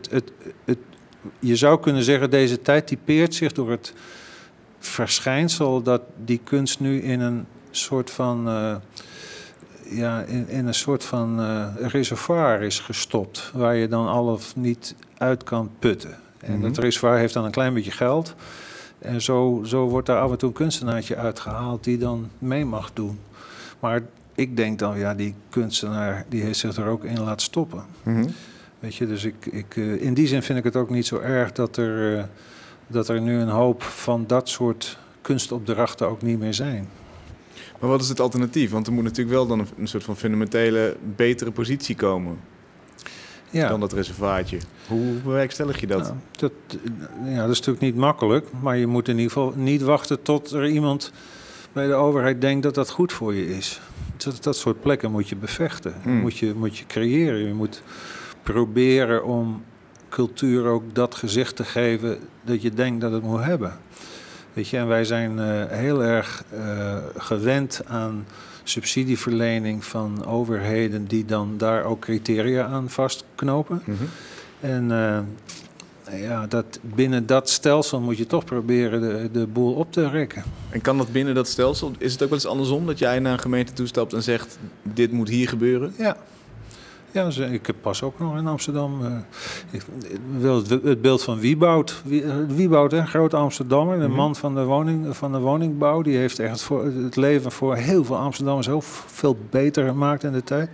Je zou kunnen zeggen, deze tijd typeert zich door het verschijnsel dat die kunst nu in een soort van in een soort van reservoir is gestopt, waar je dan al of niet uit kan putten. En dat reservoir heeft dan een klein beetje geld. En zo wordt daar af en toe een kunstenaartje uitgehaald die dan mee mag doen. Maar ik denk dan, die kunstenaar die heeft zich er ook in laten stoppen. Mm-hmm. Weet je, dus in die zin vind ik het ook niet zo erg dat er nu een hoop van dat soort kunstopdrachten ook niet meer zijn. Maar wat is het alternatief? Want er moet natuurlijk wel dan een soort van fundamentele betere positie komen. Ja. Dan dat reservaatje. Hoe bewerkstellig je dat? Nou, dat is natuurlijk niet makkelijk. Maar je moet in ieder geval niet wachten tot er iemand bij de overheid denkt dat dat goed voor je is. Dat soort plekken moet je bevechten. Moet je creëren. Je moet proberen om cultuur ook dat gezicht te geven dat je denkt dat het moet hebben. Weet je, en wij zijn heel erg gewend aan subsidieverlening van overheden die dan daar ook criteria aan vastknopen. Mm-hmm. En binnen dat stelsel moet je toch proberen de boel op te rekken. En kan dat binnen dat stelsel? Is het ook wel eens andersom dat jij naar een gemeente toestapt en zegt, dit moet hier gebeuren? Ja. Ja, dus ik pas ook nog in Amsterdam. Het beeld van Wieboud. Wieboud, een grote Amsterdammer, de man van de woningbouw. Die heeft echt het leven voor heel veel Amsterdammers heel veel beter gemaakt in de tijd.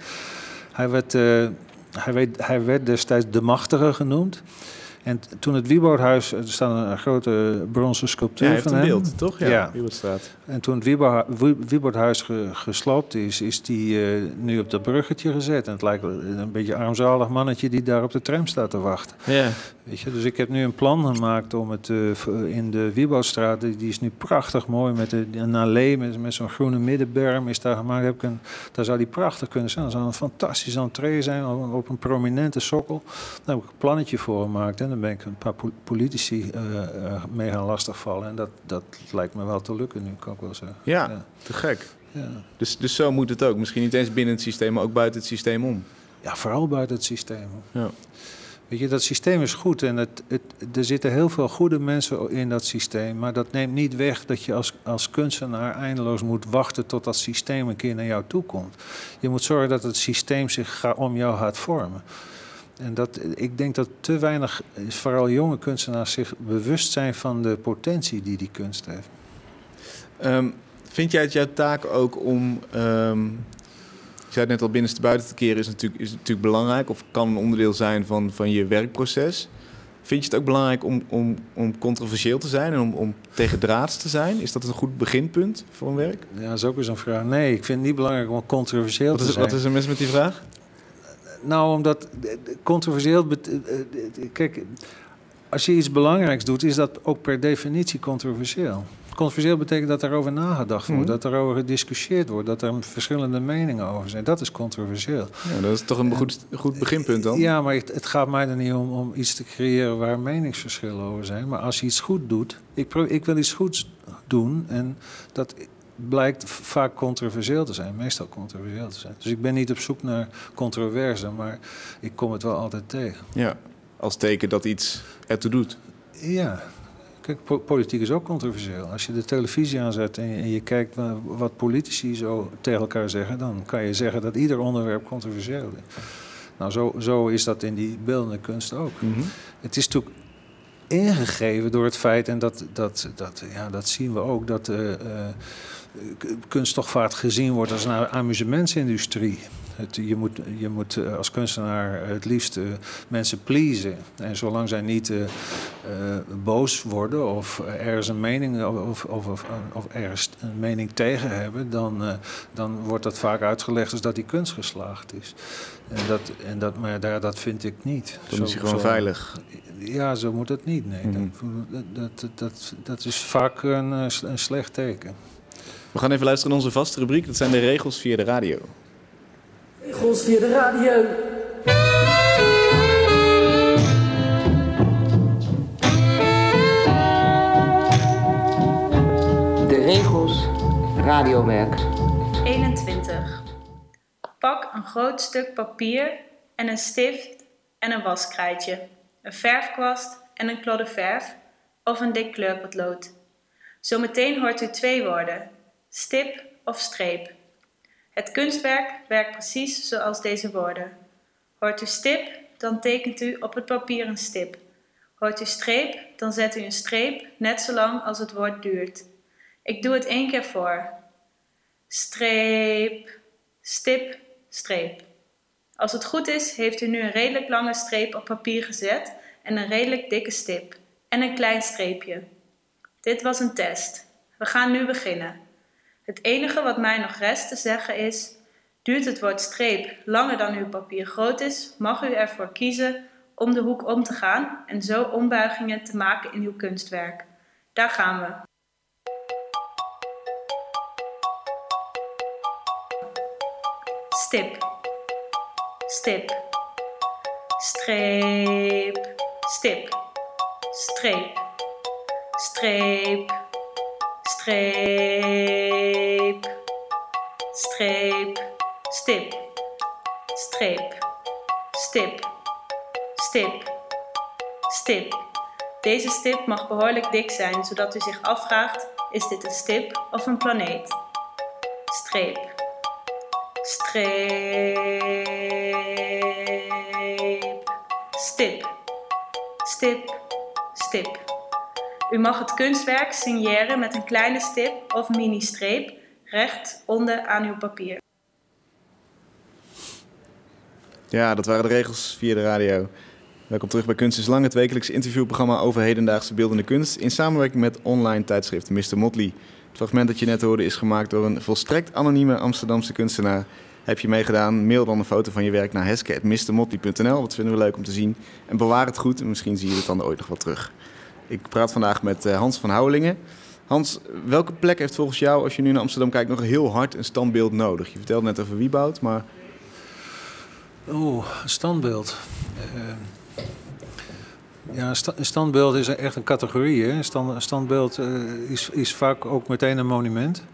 Hij werd destijds de Machtige genoemd. En toen het Wieboudhuis, er staat een grote bronzen sculptuur van hem. Hij heeft een beeld, toch? Ja. Wieboudstraat. En toen het Wieboudhuis gesloopt is die nu op dat bruggetje gezet. En het lijkt een beetje een armzalig mannetje die daar op de tram staat te wachten. Ja. Weet je, dus ik heb nu een plan gemaakt om het in de Wieboudstraat, die is nu prachtig mooi, met een allee met zo'n groene middenberm is daar gemaakt. Daar zou die prachtig kunnen zijn. Dat zou een fantastische entree zijn op een prominente sokkel. Daar heb ik een plannetje voor gemaakt. En dan ben ik een paar politici mee gaan lastigvallen. En dat lijkt me wel te lukken nu, kan ik wel zeggen. Ja. Te gek. Ja. Dus zo moet het ook. Misschien niet eens binnen het systeem, maar ook buiten het systeem om. Ja, vooral buiten het systeem. Ja. Weet je, dat systeem is goed en er zitten heel veel goede mensen in dat systeem. Maar dat neemt niet weg dat je als kunstenaar eindeloos moet wachten tot dat systeem een keer naar jou toe komt. Je moet zorgen dat het systeem zich om jou gaat vormen. En ik denk dat te weinig, vooral jonge kunstenaars, zich bewust zijn van de potentie die kunst heeft. Vind jij het jouw taak ook om... je zei het net al, binnenste buiten te keren is natuurlijk belangrijk... of kan een onderdeel zijn van je werkproces. Vind je het ook belangrijk om controversieel te zijn... en om tegendraads te zijn? Is dat een goed beginpunt voor een werk? Ja, dat is ook eens een vraag. Nee, ik vind het niet belangrijk om controversieel te zijn. Wat is er mis met die vraag? Nou, omdat controversieel... Kijk, als je iets belangrijks doet, is dat ook per definitie controversieel. Controversieel betekent dat daarover nagedacht wordt, dat daarover gediscussieerd wordt, dat er verschillende meningen over zijn. Dat is controversieel. Ja, dat is toch een goed beginpunt dan? Ja, maar het gaat mij er niet om iets te creëren waar meningsverschillen over zijn. Maar als je iets goed doet, ik wil iets goeds doen en dat blijkt vaak controversieel te zijn, meestal controversieel te zijn. Dus ik ben niet op zoek naar controverse, maar ik kom het wel altijd tegen. Ja, als teken dat iets ertoe doet. Ja. Kijk, politiek is ook controversieel. Als je de televisie aanzet en je kijkt wat politici zo tegen elkaar zeggen... dan kan je zeggen dat ieder onderwerp controversieel is. Nou, zo is dat in die beeldende kunst ook. Mm-hmm. Het is natuurlijk ingegeven door het feit, en dat zien we ook... dat kunst toch vaak gezien wordt als een amusementsindustrie... Je moet als kunstenaar het liefst mensen pleasen. En zolang zij niet boos worden of ergens een mening of ergens een mening tegen hebben, dan wordt dat vaak uitgelegd als dat die kunst geslaagd is. Maar dat vind ik niet. Dan is hij gewoon veilig. Ja, zo moet het niet. Nee. Mm-hmm. Dat is vaak een slecht teken. We gaan even luisteren naar onze vaste rubriek. Dat zijn de regels via de radio. Regels via de radio. De regels radiowerk. 21. Pak een groot stuk papier en een stift en een waskrijtje, een verfkwast en een klodder verf of een dik kleurpotlood. Zometeen hoort u 2 woorden, stip of streep. Het kunstwerk werkt precies zoals deze woorden. Hoort u stip, dan tekent u op het papier een stip. Hoort u streep, dan zet u een streep, net zolang als het woord duurt. Ik doe het 1 keer voor. Streep, stip, streep. Als het goed is, heeft u nu een redelijk lange streep op papier gezet en een redelijk dikke stip. En een klein streepje. Dit was een test. We gaan nu beginnen. Het enige wat mij nog rest te zeggen is, duurt het woord streep langer dan uw papier groot is, mag u ervoor kiezen om de hoek om te gaan en zo ombuigingen te maken in uw kunstwerk. Daar gaan we. Stip, stip, streep, stip, streep, streep, streep, streep, stip, streep, stip, stip, stip. Deze stip mag behoorlijk dik zijn, zodat u zich afvraagt, is dit een stip of een planeet? Streep, streep, stip, stip, stip. U mag het kunstwerk signeren met een kleine stip of mini-streep recht onder aan uw papier. Ja, dat waren de regels via de radio. Welkom terug bij Kunst is Lang, het wekelijkse interviewprogramma over hedendaagse beeldende kunst in samenwerking met online tijdschrift Mr. Motley. Het fragment dat je net hoorde is gemaakt door een volstrekt anonieme Amsterdamse kunstenaar. Heb je meegedaan? Mail dan een foto van je werk naar heske@mrmotley.nl. Dat vinden we leuk om te zien. En bewaar het goed en misschien zie je het dan ooit nog wel terug. Ik praat vandaag met Hans van Houwelingen. Hans, welke plek heeft volgens jou, als je nu naar Amsterdam kijkt, nog heel hard een standbeeld nodig? Je vertelde net over Wieboud, maar... Een standbeeld. Een standbeeld is echt een categorie. Hè? Een standbeeld is vaak ook meteen een monument.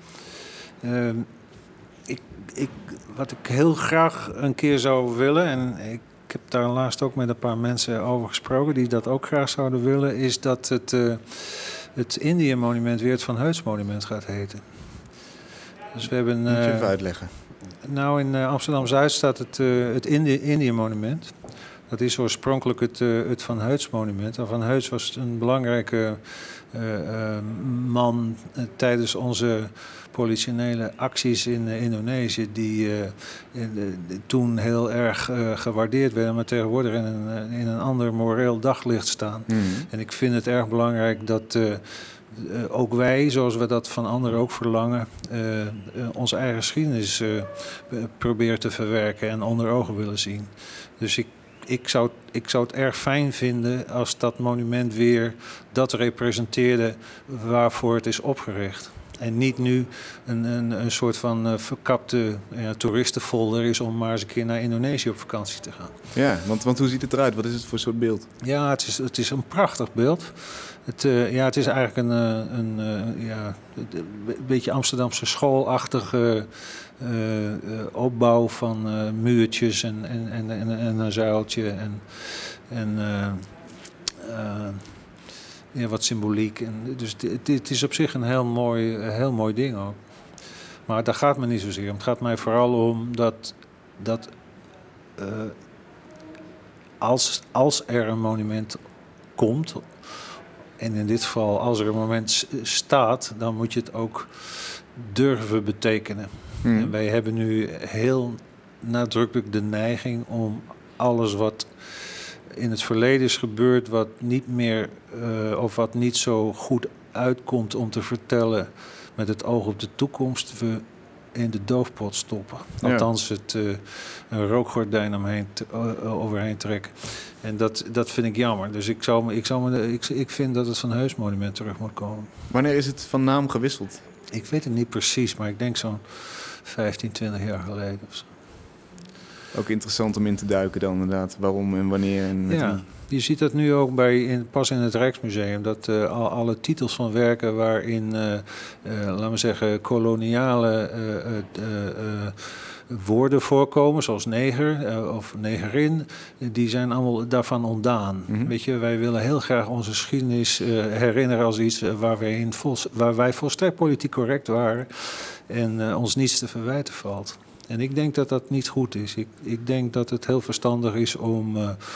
Wat ik heel graag een keer zou willen, en ik heb daar laatst ook met een paar mensen over gesproken die dat ook graag zouden willen, is dat het Indië-monument weer het Van Heuts-monument gaat heten. Dus we hebben... Moet je even uitleggen. Nou, in Amsterdam-Zuid staat het Indië-monument. Dat is oorspronkelijk het Van Heuts monument. En Van Heuts was een belangrijke man tijdens onze politionele acties in Indonesië, die toen heel erg gewaardeerd werden, maar tegenwoordig in een ander moreel daglicht staan. En ik vind het erg belangrijk dat ook wij, zoals we dat van anderen ook verlangen, onze eigen geschiedenis proberen te verwerken en onder ogen willen zien. Dus ik zou het erg fijn vinden als dat monument weer dat representeerde waarvoor het is opgericht. En niet nu een soort van verkapte toeristenfolder is om maar eens een keer naar Indonesië op vakantie te gaan. Ja, want hoe ziet het eruit? Wat is het voor soort beeld? Ja, het is een prachtig beeld. Het is eigenlijk een beetje Amsterdamse schoolachtige opbouw van muurtjes en een zuiltje en wat symboliek. Dus het is op zich een heel mooi ding ook. Maar daar gaat me niet zozeer om. Het gaat mij vooral om dat als er een monument komt, en in dit geval als er een monument staat, dan moet je het ook durven betekenen. En wij hebben nu heel nadrukkelijk de neiging om alles wat in het verleden is gebeurd, wat niet meer of wat niet zo goed uitkomt om te vertellen met het oog op de toekomst, we in de doofpot stoppen. Ja. Althans een rookgordijn overheen trekken. En dat vind ik jammer. Dus ik vind dat het Van Heus monument terug moet komen. Wanneer is het van naam gewisseld? Ik weet het niet precies, maar ik denk zo'n 15, 20 jaar geleden of zo. Ook interessant om in te duiken dan inderdaad. Waarom en wanneer en met Ja, wie. je ziet dat nu ook pas in het Rijksmuseum. Dat alle titels van werken waarin, laten we zeggen, koloniale woorden voorkomen, zoals neger of negerin, die zijn allemaal daarvan ontdaan. Weet je, wij willen heel graag onze geschiedenis herinneren als iets waar wij volstrekt politiek correct waren en ons niets te verwijten valt. En ik denk dat dat niet goed is. Ik denk dat het heel verstandig is om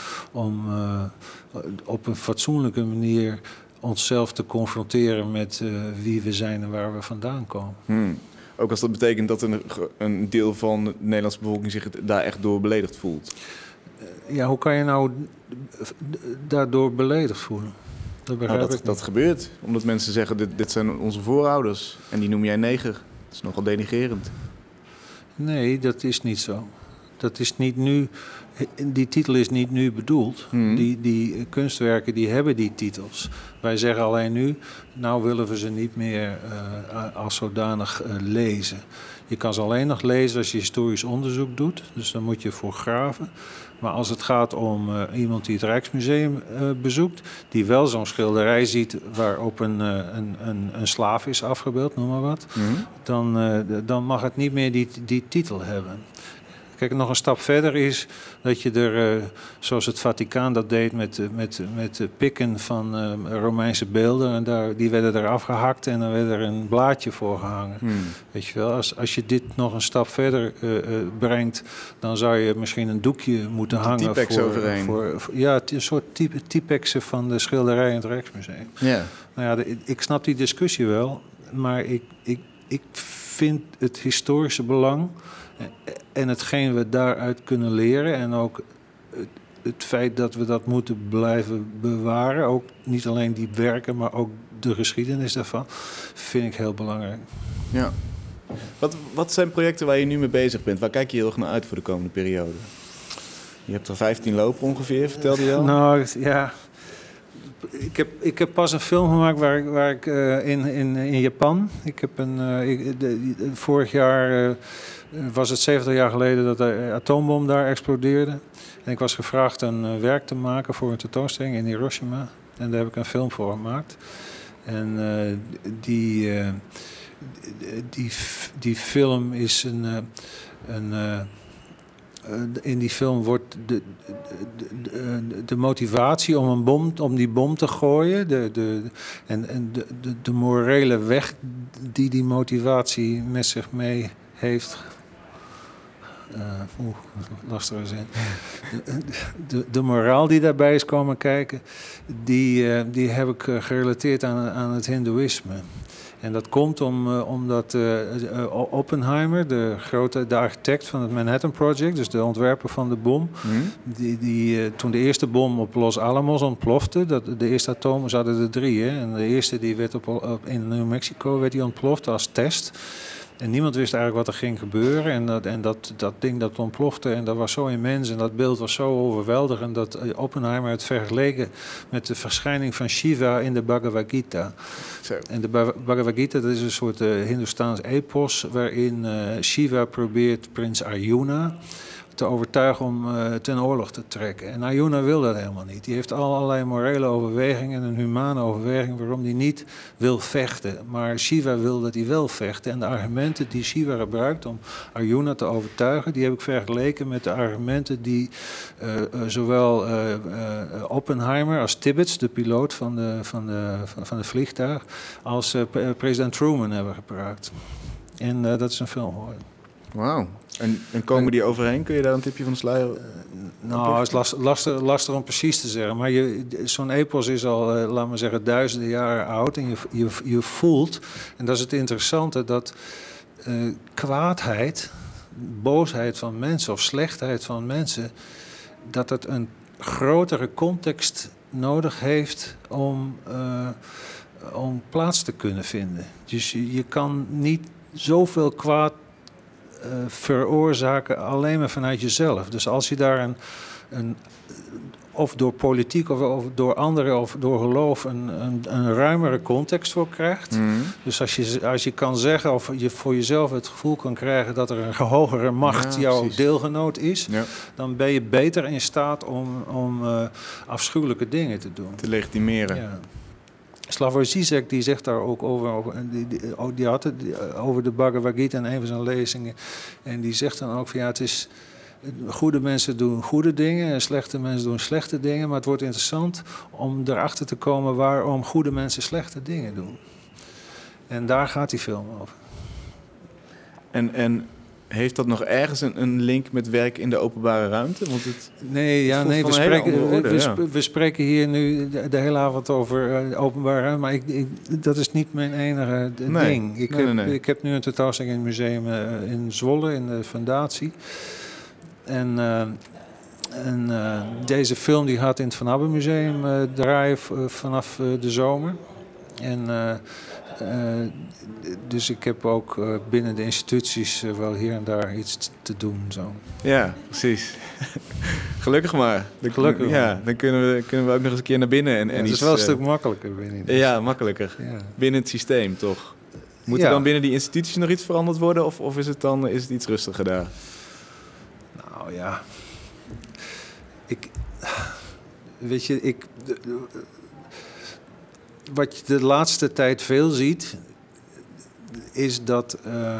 op een fatsoenlijke manier onszelf te confronteren met wie we zijn en waar we vandaan komen. Ook als dat betekent dat een deel van de Nederlandse bevolking zich daar echt door beledigd voelt. Ja, hoe kan je nou daardoor beledigd voelen? Dat begrijp ik Dat gebeurt. Omdat mensen zeggen, dit zijn onze voorouders. En die noem jij neger. Dat is nogal denigrerend. Nee, dat is niet zo. Dat is niet nu. Die titel is niet nu bedoeld. Die kunstwerken die hebben die titels. Wij zeggen alleen nu, nou willen we ze niet meer als zodanig lezen. Je kan ze alleen nog lezen als je historisch onderzoek doet. Dus dan moet je voor graven. Maar als het gaat om iemand die het Rijksmuseum bezoekt, die wel zo'n schilderij ziet waarop een slaaf is afgebeeld, noem maar wat, dan mag het niet meer die titel hebben. Kijk, nog een stap verder is dat je er, zoals het Vaticaan dat deed met pikken van Romeinse beelden, en die werden er afgehakt en dan werd er een blaadje voor gehangen. Weet je wel, als je dit nog een stap verder brengt, dan zou je misschien een doekje moeten hangen voor een soort typexen van de schilderij in het Rijksmuseum. Ja. Nou ja, ik snap die discussie wel, maar ik vind het historische belang en hetgeen we daaruit kunnen leren en ook het feit dat we dat moeten blijven bewaren, ook niet alleen die werken, maar ook de geschiedenis daarvan, vind ik heel belangrijk. Ja. Wat zijn projecten waar je nu mee bezig bent? Waar kijk je heel erg naar uit voor de komende periode? Je hebt er 15 lopen ongeveer, vertelde je al? Nou, ja. Ik heb pas een film gemaakt waar ik in Japan. Vorig jaar was het 70 jaar geleden dat de atoombom daar explodeerde. En ik was gevraagd een werk te maken voor een tentoonstelling in Hiroshima. En daar heb ik een film voor gemaakt. En die film is in die film wordt de motivatie om die bom te gooien, de morele weg die motivatie met zich mee heeft lastige zin. De moraal die daarbij is komen kijken, die heb ik gerelateerd aan het hindoeïsme. En dat komt omdat Oppenheimer, de architect van het Manhattan Project, dus de ontwerper van de bom, toen de eerste bom op Los Alamos ontplofte, de eerste atomen, ze hadden er 3, hè, en de eerste die werd in New Mexico werd die ontploft als test. En niemand wist eigenlijk wat er ging gebeuren. En dat ding dat ontplofte en dat was zo immens en dat beeld was zo overweldigend dat Oppenheimer het vergeleken met de verschijning van Shiva in de Bhagavad Gita. Zo. En de Bhagavad Gita, dat is een soort Hindoestaans epos waarin Shiva probeert prins Arjuna te overtuigen om ten oorlog te trekken. En Arjuna wil dat helemaal niet. Die heeft allerlei morele overwegingen en een humane overweging waarom hij niet wil vechten. Maar Shiva wil dat hij wel vecht. En de argumenten die Shiva gebruikt om Arjuna te overtuigen, die heb ik vergeleken met de argumenten die zowel Oppenheimer als Tibbets, de piloot van de vliegtuig, als president Truman hebben gebruikt. En dat is een film geworden. Wauw. En komen die overheen? Kun je daar een tipje van de sluier? Nou, het is lastig om precies te zeggen. Maar zo'n epos is al, laten we zeggen, duizenden jaren oud. En je voelt, en dat is het interessante, dat kwaadheid, boosheid van mensen of slechtheid van mensen, dat het een grotere context nodig heeft om plaats te kunnen vinden. Dus je kan niet zoveel kwaad veroorzaken alleen maar vanuit jezelf. Dus als je daar of door politiek of door anderen of door geloof een ruimere context voor krijgt. Dus als je kan zeggen of je voor jezelf het gevoel kan krijgen dat er een hogere macht jouw deelgenoot is, dan ben je beter in staat om afschuwelijke dingen te doen. Te legitimeren. Ja. Slavoj Zizek die zegt daar ook die had het over de Bhagavad Gita in een van zijn lezingen. En die zegt dan ook van het is goede mensen doen goede dingen en slechte mensen doen slechte dingen. Maar het wordt interessant om erachter te komen waarom goede mensen slechte dingen doen. En daar gaat die film over. En heeft dat nog ergens een link met werk in de openbare ruimte? Want we spreken hier nu de hele avond over openbare ruimte, maar dat is niet mijn enige ding. Ik heb nu een tentoonstelling in het museum in Zwolle, in de Fundatie. En deze film die gaat in het Van Abbe Museum draaien vanaf de zomer. En dus ik heb ook binnen de instituties wel hier en daar iets te doen. Zo. Ja, precies. Gelukkig maar. Gelukkig. Ja, dan kunnen we ook nog eens een keer naar binnen. En het is iets, wel een stuk makkelijker binnen. Ja, makkelijker. Ja. Binnen het systeem, toch? Moet er dan binnen die instituties nog iets veranderd worden? Of is het iets rustiger daar? Nou ja. Wat je de laatste tijd veel ziet, is dat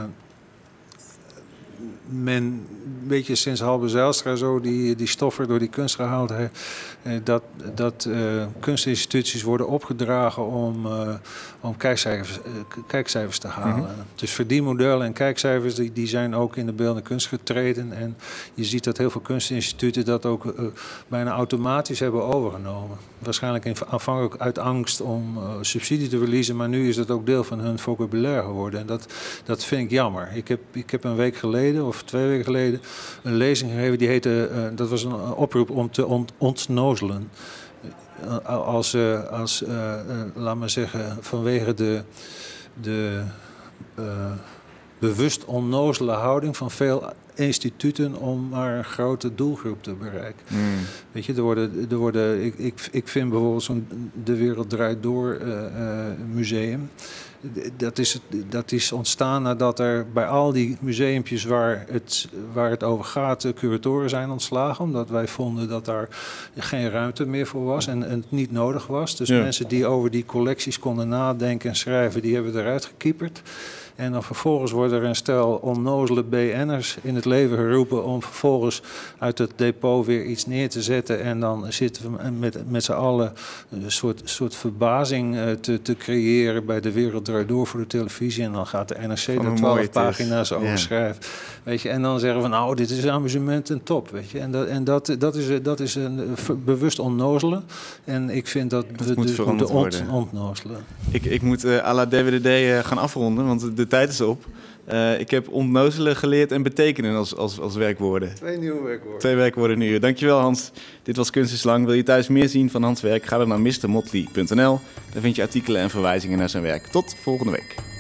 men een beetje sinds Halbe Zijlstra zo die stoffer door die kunst gehaald heeft, dat kunstinstituties worden opgedragen om kijkcijfers te halen. Mm-hmm. Dus verdienmodellen en kijkcijfers die zijn ook in de beeldende kunst getreden. En je ziet dat heel veel kunstinstituten dat ook bijna automatisch hebben overgenomen. Waarschijnlijk aanvankelijk uit angst om subsidie te verliezen, maar nu is het ook deel van hun vocabulaire geworden. En dat vind ik jammer. Ik heb een week geleden of 2 weken geleden een lezing gegeven die heette, dat was een oproep om te ontnozelen. Laat maar zeggen, vanwege de bewust onnozele houding van veel instituten om maar een grote doelgroep te bereiken. Weet je, ik vind bijvoorbeeld zo'n De Wereld Draait Door museum. Dat is ontstaan nadat er bij al die museumpjes waar het over gaat, curatoren zijn ontslagen. Omdat wij vonden dat daar geen ruimte meer voor was en het niet nodig was. Dus mensen die over die collecties konden nadenken en schrijven, die hebben eruit gekieperd. En dan vervolgens worden er een stel onnozele BN'ers in het leven geroepen om vervolgens uit het depot weer iets neer te zetten. En dan zitten we met z'n allen een soort verbazing te creëren bij De Wereld Draait Door voor de televisie. En dan gaat de NRC er 12 pagina's over schrijven. Weet je, en dan zeggen we, nou, dit is amusement en top. Weet je. En dat is een bewust onnozelen. En ik vind dat we dus moeten ontnozelen. Ik moet à la DWDD gaan afronden, want de tijd is op. Ik heb ontnozelen geleerd en betekenen als werkwoorden. 2 nieuwe werkwoorden. 2 werkwoorden nu. Dankjewel Hans. Dit was Kunst is Lang. Wil je thuis meer zien van Hans' werk? Ga dan naar mrmotley.nl. Daar vind je artikelen en verwijzingen naar zijn werk. Tot volgende week.